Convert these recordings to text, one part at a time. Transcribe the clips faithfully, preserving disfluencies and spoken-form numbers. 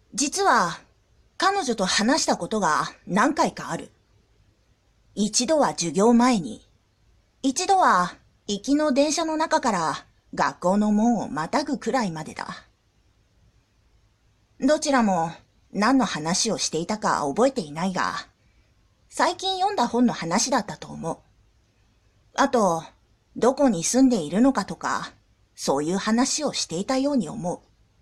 実は、彼女と話したことが何回かある。一度は授業前に、一度は行きの電車の中から学校の門をまたぐくらいまでだ。どちらも何の話をしていたか覚えていないが、最近読んだ本の話だったと思う。あと、どこに住んでいるのかとか、そういう話をしていたように思う。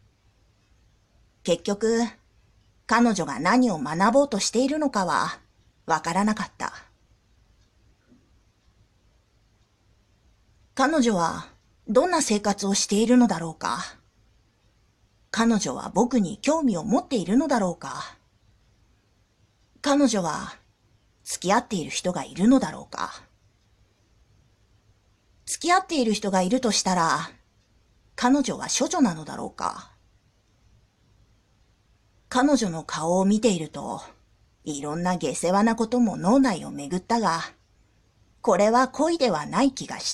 結局、彼女が何を学ぼうとしているのかはわからなかった。彼女はどんな生活をしているのだろうか。彼女は僕に興味を持っているのだろうか。彼女は付き合っている人がいるのだろうか。付き合っている人がいるとしたら、彼女は処女なのだろうか。彼女の顔を見ていると、いろんな下世話なことも脳内を巡ったが、これは恋ではない気がした。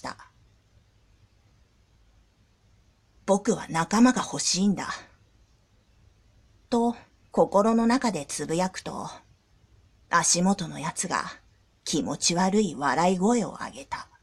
僕は仲間が欲しいんだ。と、心の中でつぶやくと、足元のやつが気持ち悪い笑い声を上げた。